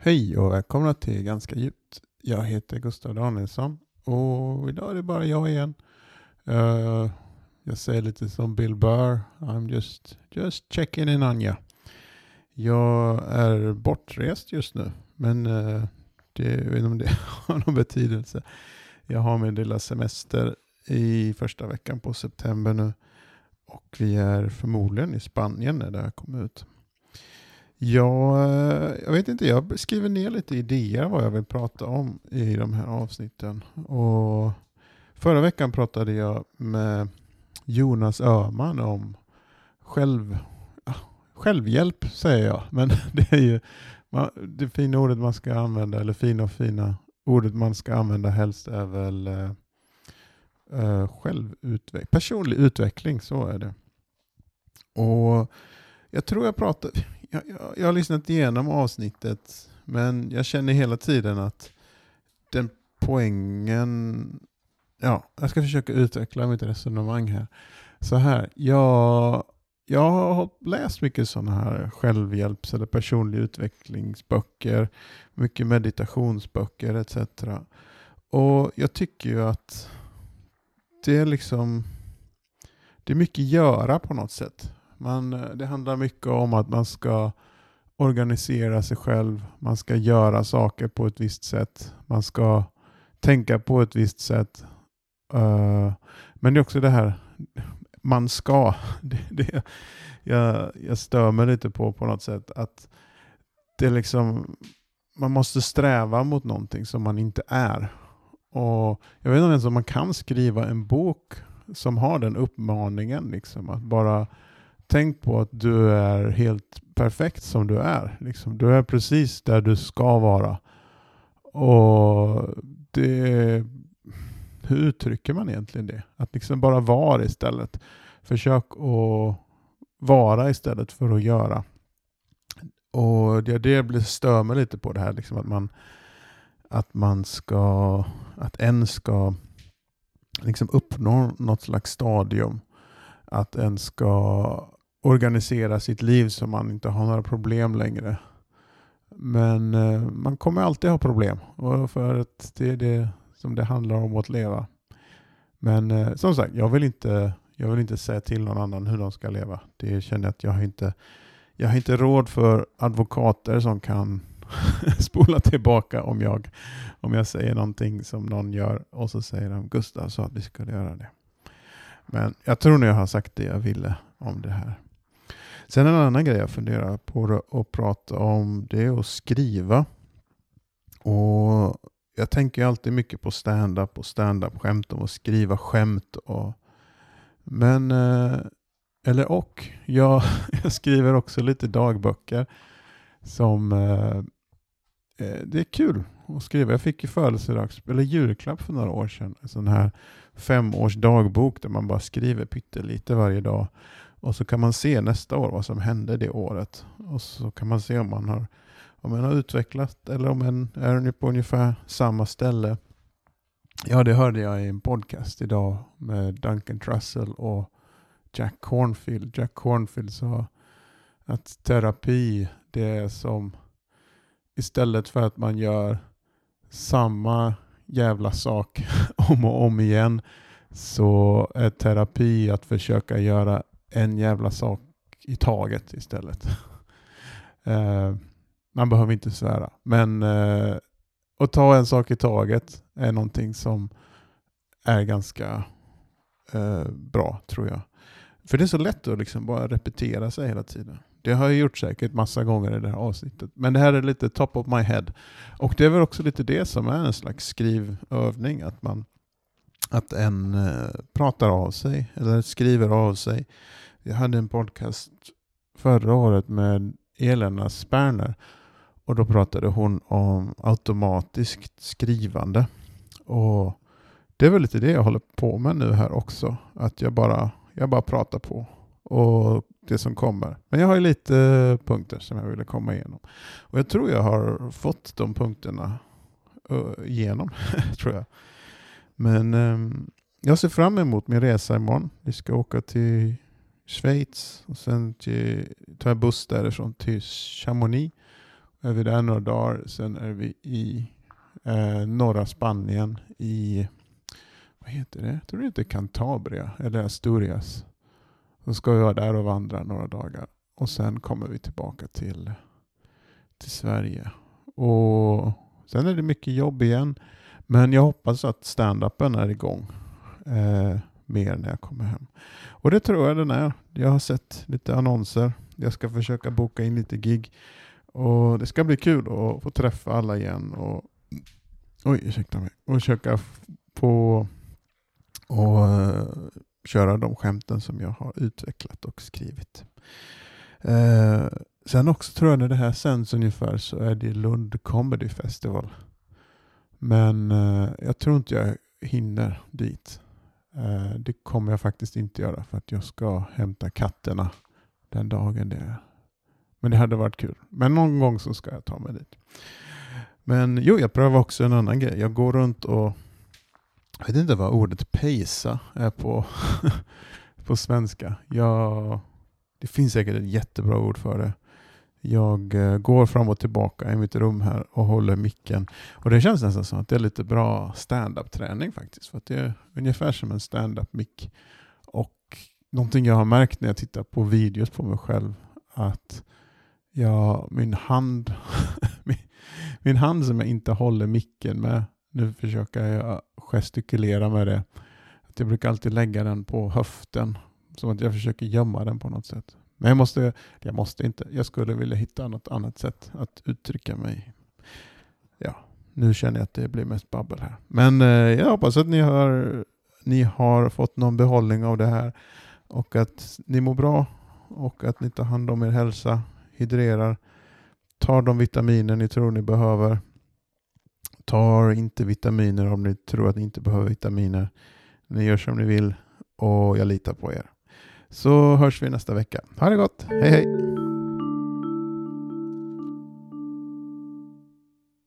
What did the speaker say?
Hej och välkomna till Ganska djupt. Jag heter Gustav Danielsson och idag är det bara jag igen. Jag säger lite som Bill Burr. I'm just checking in on you. Jag är bortrest just nu, men jag vet inte om det har någon betydelse. Jag har min lilla semester i första veckan på september nu och vi är förmodligen i Spanien när det här kommer ut. Jag vet inte, jag skriver ner lite idéer vad jag vill prata om i de här avsnitten. Och förra veckan pratade jag med Jonas Öhman om självhjälp säger jag. Men det är ju det fina ordet man ska använda, eller fina ordet man ska använda helst är väl personlig utveckling, så är det. Och jag tror jag har lyssnat igenom avsnittet, men jag känner hela tiden att den poängen, jag ska försöka utveckla mitt resonemang här. Så här, jag har läst mycket sådana här självhjälps- eller personlig utvecklingsböcker, mycket meditationsböcker etc. Och jag tycker ju att det är mycket göra på något sätt. Det handlar mycket om att man ska organisera sig själv. Man ska göra saker på ett visst sätt. Man ska tänka på ett visst sätt. Men det är också det här man ska. Jag stör mig lite på något sätt. Att det man måste sträva mot någonting som man inte är. Och jag vet inte ens om man kan skriva en bok som har den uppmaningen. Att bara tänk på att du är helt perfekt som du är. Du är precis där du ska vara. Och hur uttrycker man egentligen det? Att bara vara istället. Försök att vara istället för att göra. Och det stör mig lite på det här. Att en ska uppnå något slags stadium. Att en ska organisera sitt liv så man inte har några problem längre. Men man kommer alltid ha problem. Och för att det är det som det handlar om att leva. Men som sagt, jag vill inte säga till någon annan hur de ska leva. Det känner jag att jag har inte råd för advokater som kan spola tillbaka om jag säger någonting som någon gör och så säger de Gustav sa att vi skulle göra det. Men jag tror nog jag har sagt det jag ville om det här. Sen en annan grej jag funderar på att prata om, det är att skriva. Och jag tänker alltid mycket på stand-up och stand-up-skämt och skriva skämt. Jag skriver också lite dagböcker som det är kul att skriva. Jag fick ju julklapp för några år sedan. En sån här 5-års dagbok där man bara skriver pyttelite varje dag. Och så kan man se nästa år vad som hände det året. Och så kan man se om man har utvecklat eller om man är på ungefär samma ställe. Ja, det hörde jag i en podcast idag med Duncan Trussell och Jack Kornfield. Jack Kornfield sa att terapi, det är som istället för att man gör samma jävla sak om och om igen, så är terapi att försöka göra en jävla sak i taget istället. Man behöver inte svära. Men att ta en sak i taget är någonting som är ganska bra, tror jag. För det är så lätt att bara repetera sig hela tiden. Det har jag gjort säkert massa gånger i det här avsnittet. Men det här är lite top of my head. Och det är väl också lite det som är en slags skrivövning. Att en pratar av sig eller skriver av sig. Jag hade en podcast förra året med Elena Sperner. Och då pratade hon om automatiskt skrivande. Och det är väl lite det jag håller på med nu här också. Att jag bara pratar på. Och det som kommer. Men jag har ju lite punkter som jag ville komma igenom. Och jag tror jag har fått de punkterna igenom. Tror jag. Men jag ser fram emot min resa imorgon. Vi ska åka till Schweiz. Och sen tar jag buss därifrån till Chamonix. är vi där några dagar. Sen är vi i norra Spanien i, vad heter det? Jag tror det heter Cantabria eller Asturias. Så ska vi vara där och vandra några dagar. Och sen kommer vi tillbaka till Sverige. Och sen är det mycket jobb igen. Men jag hoppas att stand-upen är igång mer när jag kommer hem. Och det tror jag den är. Jag har sett lite annonser. Jag ska försöka boka in lite gig. Och det ska bli kul att få träffa alla igen. Och ursäkta mig. Och försöka få och köra de skämten som jag har utvecklat och skrivit. Sen också tror jag när det här sänds ungefär så är det Lund Comedy Festival. Men jag tror inte jag hinner dit. Det kommer jag faktiskt inte göra för att jag ska hämta katterna den dagen det är. Men det hade varit kul. Men någon gång så ska jag ta mig dit. Men jag prövar också en annan grej. Jag går runt och jag vet inte vad ordet pejsa är på, på svenska. Det finns säkert ett jättebra ord för det. Jag går fram och tillbaka i mitt rum här och håller micken. Och det känns nästan som att det är lite bra stand-up träning faktiskt. För att det är ungefär som en stand-up mick. Och någonting jag har märkt när jag tittar på videos på mig själv. Att min hand min hand som jag inte håller micken med. Nu försöker jag gestikulera med det. Att jag brukar alltid lägga den på höften. Som att jag försöker gömma den på något sätt. Men jag måste inte. Jag skulle vilja hitta något annat sätt att uttrycka mig. Ja, nu känner jag att det blir mest babbel här. Men jag hoppas att ni har fått någon behållning av det här. Och att ni mår bra. Och att ni tar hand om er hälsa. Hydrerar. Tar de vitaminer ni tror ni behöver. Tar inte vitaminer om ni tror att ni inte behöver vitaminer. Ni gör som ni vill. Och jag litar på er. Så hörs vi nästa vecka. Ha det gott. Hej hej.